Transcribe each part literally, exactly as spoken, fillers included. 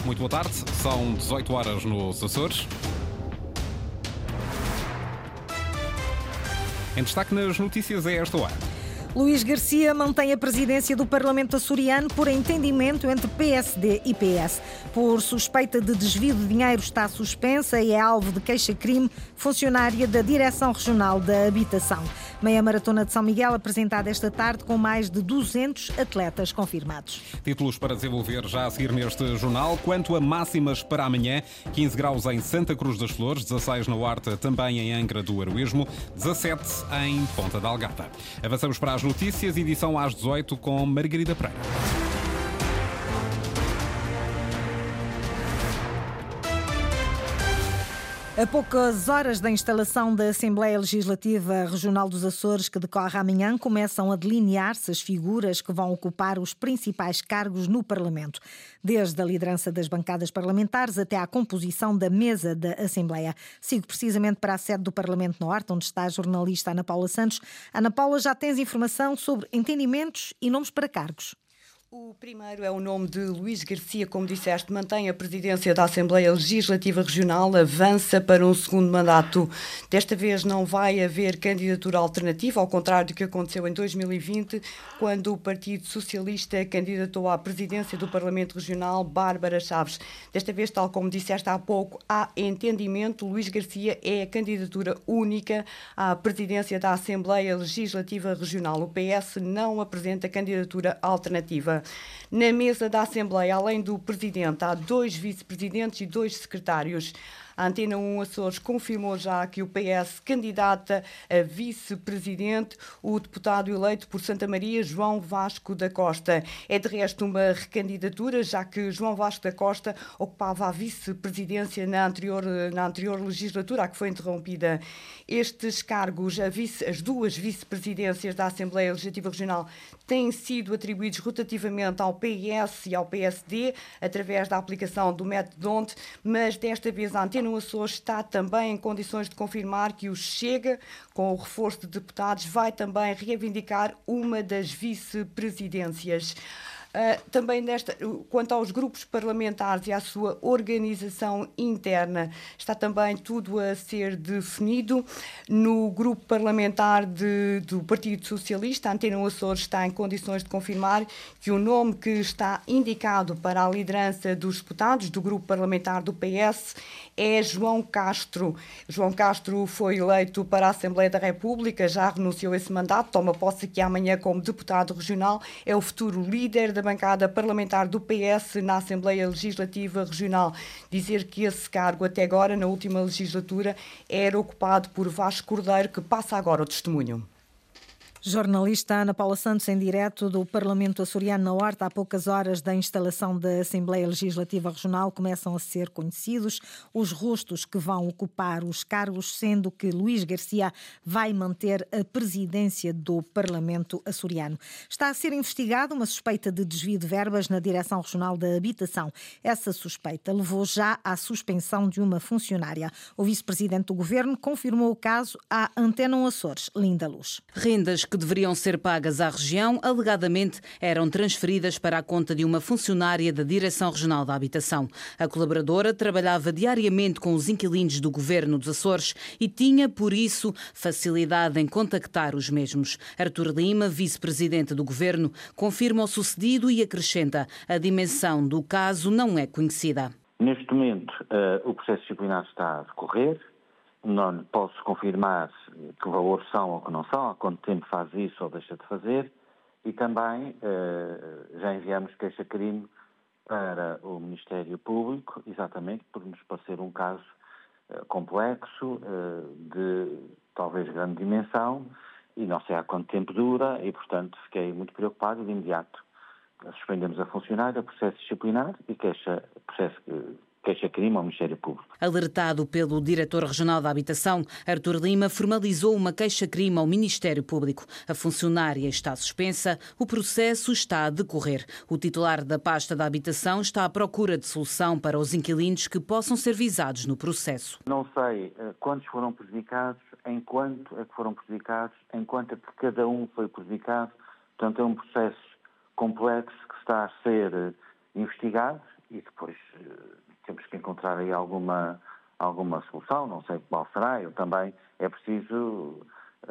Muito boa tarde, são dezoito horas nos Açores. Em destaque nas notícias é esta hora. Luís Garcia mantém a presidência do Parlamento açoriano por entendimento entre P S D e P S. Por suspeita de desvio de dinheiro está suspensa e é alvo de queixa-crime funcionária da Direção Regional da Habitação. Meia Maratona de São Miguel apresentada esta tarde com mais de duzentos atletas confirmados. Títulos para desenvolver já a seguir neste jornal. Quanto a máximas para amanhã, quinze graus em Santa Cruz das Flores, dezasseis na Horta, também em Angra do Heroísmo, dezassete em Ponta da Algada. Avançamos para as notícias, edição às dezoito com Margarida Pereira. A poucas horas da instalação da Assembleia Legislativa Regional dos Açores, que decorre amanhã, começam a delinear-se as figuras que vão ocupar os principais cargos no Parlamento, desde a liderança das bancadas parlamentares até à composição da mesa da Assembleia. Sigo precisamente para a sede do Parlamento Norte, onde está a jornalista Ana Paula Santos. Ana Paula, já tens informação sobre entendimentos e nomes para cargos? O primeiro é o nome de Luís Garcia, como disseste, mantém a presidência da Assembleia Legislativa Regional, avança para um segundo mandato. Desta vez não vai haver candidatura alternativa, ao contrário do que aconteceu em dois mil e vinte, quando o Partido Socialista candidatou à presidência do Parlamento Regional Bárbara Chaves. Desta vez, tal como disseste há pouco, há entendimento. Luís Garcia é a candidatura única à presidência da Assembleia Legislativa Regional. O P S não apresenta candidatura alternativa. Na mesa da Assembleia, além do Presidente, há dois vice-presidentes e dois secretários. A Antena um Açores confirmou já que o P S candidata a vice-presidente o deputado eleito por Santa Maria, João Vasco da Costa. É de resto uma recandidatura, já que João Vasco da Costa ocupava a vice-presidência na anterior, na anterior legislatura, a que foi interrompida. Estes cargos, a vice, as duas vice-presidências da Assembleia Legislativa Regional, têm sido atribuídos rotativamente ao P S e ao P S D, através da aplicação do método D O N T, mas desta vez a Antena no Açores está também em condições de confirmar que o Chega, com o reforço de deputados, vai também reivindicar uma das vice-presidências. Uh, também nesta, quanto aos grupos parlamentares e à sua organização interna, está também tudo a ser definido. No grupo parlamentar de, do Partido Socialista, a Antena Açores está em condições de confirmar que o nome que está indicado para a liderança dos deputados do grupo parlamentar do P S é João Castro. João Castro foi eleito para a Assembleia da República, já renunciou a esse mandato, toma posse aqui amanhã como deputado regional, é o futuro líder da bancada parlamentar do P S na Assembleia Legislativa Regional. Dizer que esse cargo até agora, na última legislatura, era ocupado por Vasco Cordeiro, que passa agora o testemunho. Jornalista Ana Paula Santos, em direto do Parlamento açoriano na Horta. Há poucas horas da instalação da Assembleia Legislativa Regional começam a ser conhecidos os rostos que vão ocupar os cargos, sendo que Luís Garcia vai manter a presidência do Parlamento açoriano. Está a ser investigada uma suspeita de desvio de verbas na Direção Regional da Habitação. Essa suspeita levou já à suspensão de uma funcionária. O vice-presidente do Governo confirmou o caso à Antena um Açores, Linda Luz. Rendas que deveriam ser pagas à região, alegadamente eram transferidas para a conta de uma funcionária da Direção Regional da Habitação. A colaboradora trabalhava diariamente com os inquilinos do Governo dos Açores e tinha, por isso, facilidade em contactar os mesmos. Artur Lima, vice-presidente do Governo, confirma o sucedido e acrescenta: a dimensão do caso não é conhecida. Neste momento, uh, o processo disciplinar está a decorrer. Não posso confirmar que valores são ou que não são, há quanto tempo faz isso ou deixa de fazer, e também eh, já enviamos queixa-crime para o Ministério Público, exatamente por nos parecer um caso eh, complexo, eh, de talvez grande dimensão, e não sei há quanto tempo dura, e portanto fiquei muito preocupado e de imediato suspendemos a funcionária, processo disciplinar e queixa, processo queixa-crime ao Ministério Público. Alertado pelo diretor regional da Habitação, Artur Lima formalizou uma queixa-crime ao Ministério Público. A funcionária está suspensa, o processo está a decorrer. O titular da pasta da Habitação está à procura de solução para os inquilinos que possam ser visados no processo. Não sei uh, quantos foram prejudicados, em quanto é que foram prejudicados, em quanto é que cada um foi prejudicado. Portanto, é um processo complexo que está a ser uh, investigado e depois uh, encontrar aí alguma, alguma solução, não sei qual será. Eu também é preciso uh,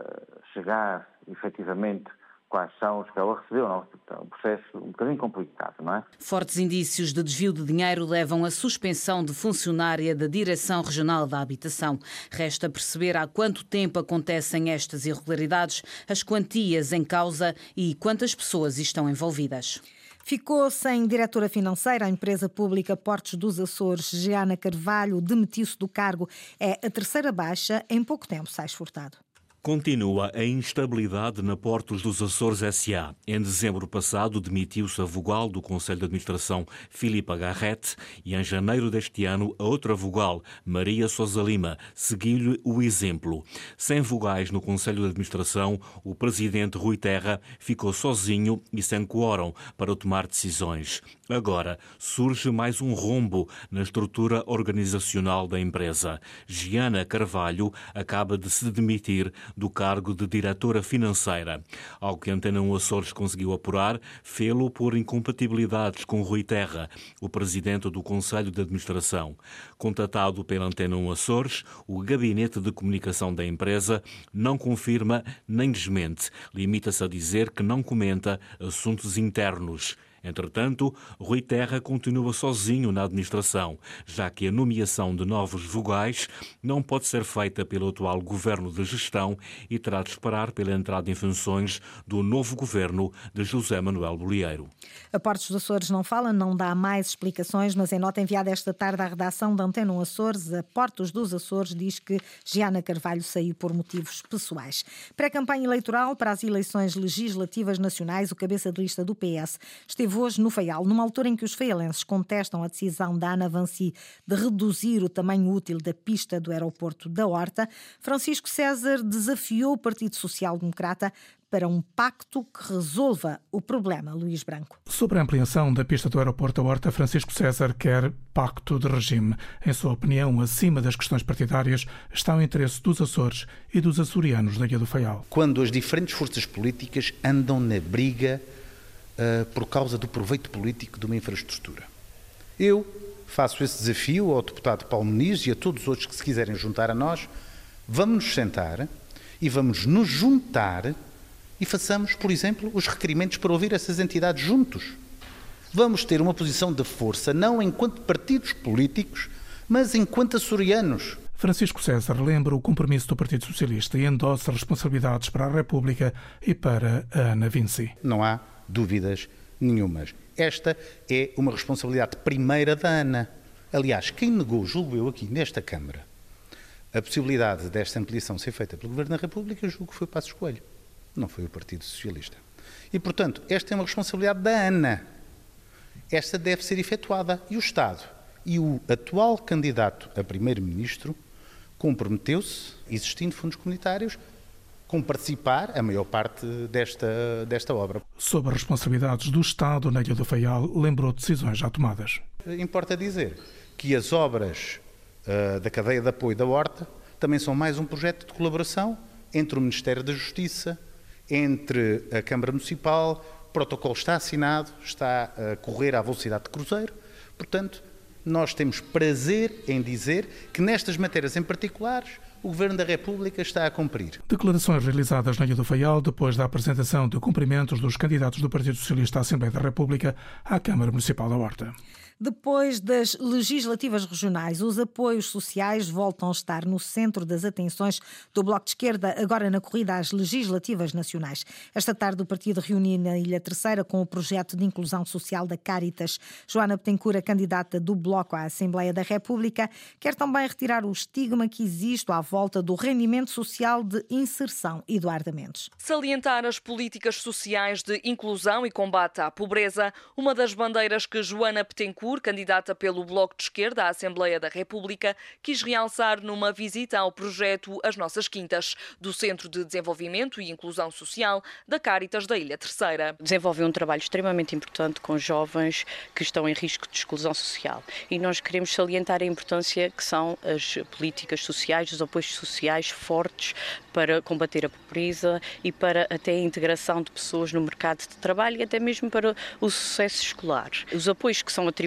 chegar efetivamente quais são os que ela recebeu. Não? É um processo um bocadinho complicado, não é? Fortes indícios de desvio de dinheiro levam à suspensão de funcionária da Direção Regional da Habitação. Resta perceber há quanto tempo acontecem estas irregularidades, as quantias em causa e quantas pessoas estão envolvidas. Ficou sem diretora financeira a empresa pública Portos dos Açores. Jeana Carvalho demitiu-se do cargo. É a terceira baixa em pouco tempo, Sais Furtado. Continua a instabilidade na Portos dos Açores S A. Em dezembro passado, demitiu-se a vogal do Conselho de Administração, Filipa Garrett, e em janeiro deste ano, a outra vogal, Maria Sousa Lima, seguiu-lhe o exemplo. Sem vogais no Conselho de Administração, o presidente Rui Terra ficou sozinho e sem quórum para tomar decisões. Agora surge mais um rombo na estrutura organizacional da empresa. Jeana Carvalho acaba de se demitir do cargo de diretora financeira. Ao que a Antena um Açores conseguiu apurar, fê-lo por incompatibilidades com Rui Terra, o presidente do Conselho de Administração. Contatado pela Antena um Açores, o gabinete de comunicação da empresa não confirma nem desmente. Limita-se a dizer que não comenta assuntos internos. Entretanto, Rui Terra continua sozinho na administração, já que a nomeação de novos vogais não pode ser feita pelo atual governo de gestão e terá de esperar pela entrada em funções do novo governo de José Manuel Bolieiro. A Portos dos Açores não fala, não dá mais explicações, mas em nota enviada esta tarde à redação da Antena um Açores, a Portos dos Açores diz que Jeana Carvalho saiu por motivos pessoais. Pré-campanha eleitoral para as eleições legislativas nacionais, o cabeça de lista do P S esteve hoje no Faial, numa altura em que os faialenses contestam a decisão da Ana Vancy de reduzir o tamanho útil da pista do aeroporto da Horta. Francisco César desafiou o Partido Social Democrata para um pacto que resolva o problema. Luís Branco. Sobre a ampliação da pista do aeroporto da Horta, Francisco César quer pacto de regime. Em sua opinião, acima das questões partidárias, está o interesse dos Açores e dos açorianos da Ilha do Faial. Quando as diferentes forças políticas andam na briga Uh, por causa do proveito político de uma infraestrutura. Eu faço esse desafio ao deputado Paulo Muniz e a todos os outros que se quiserem juntar a nós. Vamos nos sentar e vamos nos juntar e façamos, por exemplo, os requerimentos para ouvir essas entidades juntos. Vamos ter uma posição de força, não enquanto partidos políticos, mas enquanto açorianos. Francisco César lembra o compromisso do Partido Socialista e endossa responsabilidades para a República e para a Ana Vancy. Não há dúvidas nenhumas. Esta é uma responsabilidade primeira da Ana. Aliás, quem negou, julgo eu aqui nesta Câmara, a possibilidade desta ampliação ser feita pelo Governo da República, julgo que foi o Passos Coelho, não foi o Partido Socialista. E, portanto, esta é uma responsabilidade da Ana. Esta deve ser efetuada. E o Estado e o atual candidato a Primeiro-Ministro comprometeu-se, existindo fundos comunitários, com participar a maior parte desta, desta obra. Sobre as responsabilidades do Estado na Ilha do Faial, lembrou decisões já tomadas. Importa dizer que as obras uh, da cadeia de apoio da Horta também são mais um projeto de colaboração entre o Ministério da Justiça, entre a Câmara Municipal. O protocolo está assinado, está a correr à velocidade de cruzeiro. Portanto, nós temos prazer em dizer que nestas matérias em particulares o Governo da República está a cumprir. Declarações realizadas na Ilha do Faial depois da apresentação de cumprimentos dos candidatos do Partido Socialista à Assembleia da República à Câmara Municipal da Horta. Depois das legislativas regionais, os apoios sociais voltam a estar no centro das atenções do Bloco de Esquerda, agora na corrida às legislativas nacionais. Esta tarde o partido reuniu na Ilha Terceira com o projeto de inclusão social da Cáritas. Joana Betancourt, a candidata do Bloco à Assembleia da República, quer também retirar o estigma que existe à volta do rendimento social de inserção. Eduardo Mendes. Salientar as políticas sociais de inclusão e combate à pobreza, uma das bandeiras que Joana Betancourt, candidata pelo Bloco de Esquerda à Assembleia da República, quis realçar numa visita ao projeto As Nossas Quintas, do Centro de Desenvolvimento e Inclusão Social da Cáritas da Ilha Terceira. Desenvolve um trabalho extremamente importante com jovens que estão em risco de exclusão social e nós queremos salientar a importância que são as políticas sociais, os apoios sociais fortes para combater a pobreza e para até a integração de pessoas no mercado de trabalho e até mesmo para o sucesso escolar. Os apoios que são atribuídos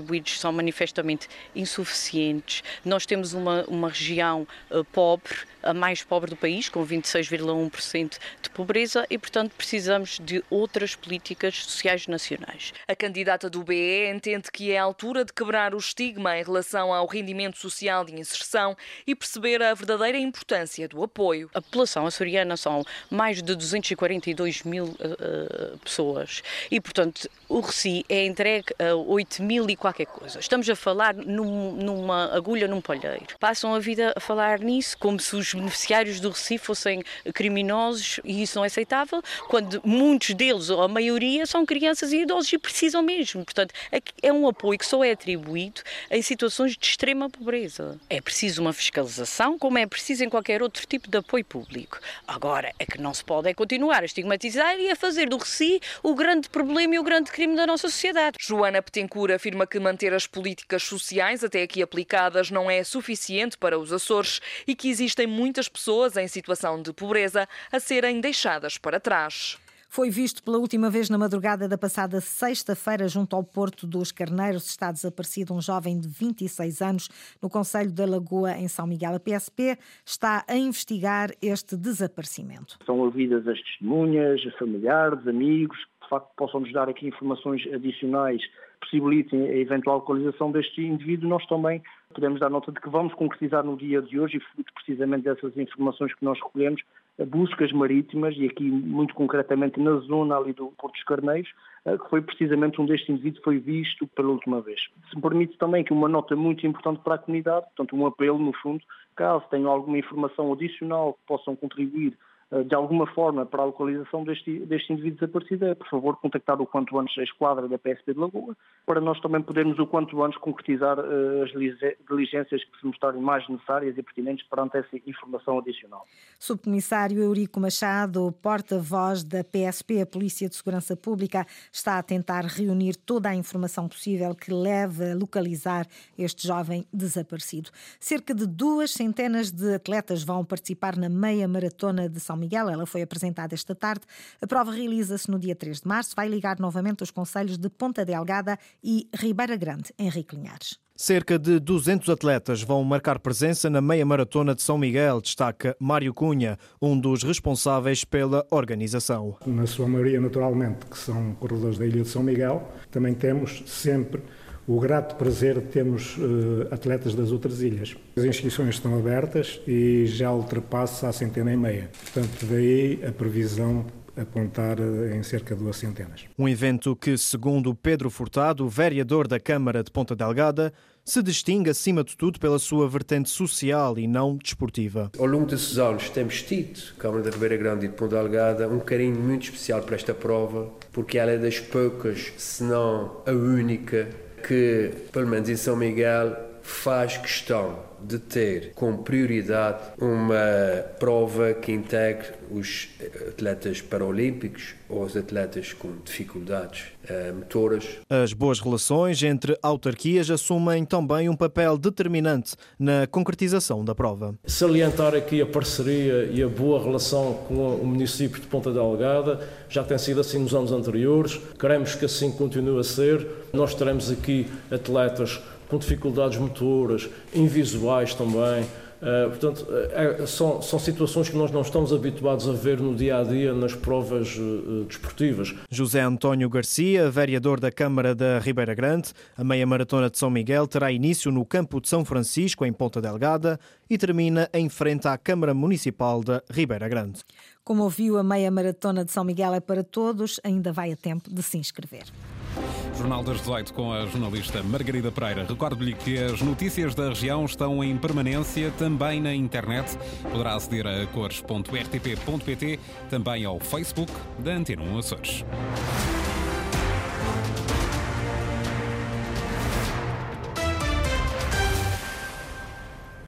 atribuídos são manifestamente insuficientes. Nós temos uma, uma região uh, pobre, a mais pobre do país, com vinte e seis vírgula um por cento de pobreza e, portanto, precisamos de outras políticas sociais nacionais. A candidata do B E entende que é a altura de quebrar o estigma em relação ao rendimento social de inserção e perceber a verdadeira importância do apoio. A população açoriana são mais de duzentos e quarenta e dois mil uh, pessoas e, portanto, o R S I é entregue a oito mil e qualquer coisa. Estamos a falar num, numa agulha num palheiro. Passam a vida a falar nisso como se os beneficiários do R S I fossem criminosos e isso não é aceitável, quando muitos deles, ou a maioria, são crianças e idosos e precisam mesmo. Portanto, é um apoio que só é atribuído em situações de extrema pobreza. É preciso uma fiscalização, como é preciso em qualquer outro tipo de apoio público. Agora, é que não se pode é continuar a estigmatizar e a fazer do R S I o grande problema e o grande crime da nossa sociedade. Joana Petencourt afirma que manter as políticas sociais até aqui aplicadas não é suficiente para os Açores e que existem muitas pessoas em situação de pobreza a serem deixadas para trás. Foi visto pela última vez na madrugada da passada sexta-feira junto ao Porto dos Carneiros. Está desaparecido um jovem de vinte e seis anos no concelho da Lagoa, em São Miguel. A P S P está a investigar este desaparecimento. São ouvidas as testemunhas, familiares, amigos, que de facto possam nos dar aqui informações adicionais que possibilitem a eventual localização deste indivíduo. Nós também podemos dar nota de que vamos concretizar no dia de hoje, e fruto precisamente dessas informações que nós recolhemos, buscas marítimas, e aqui muito concretamente na zona ali do Porto dos Carneiros, que foi precisamente um destes indivíduos que foi visto pela última vez. Se me permite também que uma nota muito importante para a comunidade, portanto um apelo no fundo, caso tenham alguma informação adicional que possam contribuir de alguma forma para a localização deste, deste indivíduo desaparecido, é, por favor, contactar o quanto antes a esquadra da P S P de Lagoa, para nós também podermos o quanto antes concretizar uh, as diligências que se mostrarem mais necessárias e pertinentes perante essa informação adicional. Subcomissário Eurico Machado, porta-voz da P S P, a Polícia de Segurança Pública, está a tentar reunir toda a informação possível que leve a localizar este jovem desaparecido. Cerca de duas centenas de atletas vão participar na meia maratona de São Miguel. Ela foi apresentada esta tarde. A prova realiza-se no dia três de março. Vai ligar novamente os concelhos de Ponta Delgada e Ribeira Grande, Henrique Linhares. Cerca de duzentos atletas vão marcar presença na meia maratona de São Miguel, destaca Mário Cunha, um dos responsáveis pela organização. Na sua maioria, naturalmente, que são corredores da Ilha de São Miguel, também temos sempre o grato prazer de termos uh, atletas das outras ilhas. As inscrições estão abertas e já ultrapassa a centena e meia. Portanto, daí a previsão apontar em cerca de duas centenas. Um evento que, segundo Pedro Furtado, vereador da Câmara de Ponta Delgada, se distingue, acima de tudo, pela sua vertente social e não desportiva. Ao longo desses anos temos tido, Câmara da Ribeira Grande e de Ponta Delgada, um carinho muito especial para esta prova, porque ela é das poucas, se não a única, que, pelo menos em São Miguel, faz questão de ter como prioridade uma prova que integre os atletas paralímpicos ou os atletas com dificuldades uh, motoras. As boas relações entre autarquias assumem também um papel determinante na concretização da prova. Salientar aqui a parceria e a boa relação com o município de Ponta Delgada, já tem sido assim nos anos anteriores, queremos que assim continue a ser. Nós teremos aqui atletas com dificuldades motoras, invisuais também. Uh, portanto, é, são, são situações que nós não estamos habituados a ver no dia-a-dia nas provas uh, desportivas. José António Garcia, vereador da Câmara da Ribeira Grande. A meia maratona de São Miguel terá início no campo de São Francisco, em Ponta Delgada, e termina em frente à Câmara Municipal da Ribeira Grande. Como ouviu, a meia maratona de São Miguel é para todos, ainda vai a tempo de se inscrever. Jornal das dezoito com a jornalista Margarida Pereira. Recordo-lhe que as notícias da região estão em permanência também na internet. Poderá aceder a cores ponto r t p ponto p t, também ao Facebook da Antena um Açores.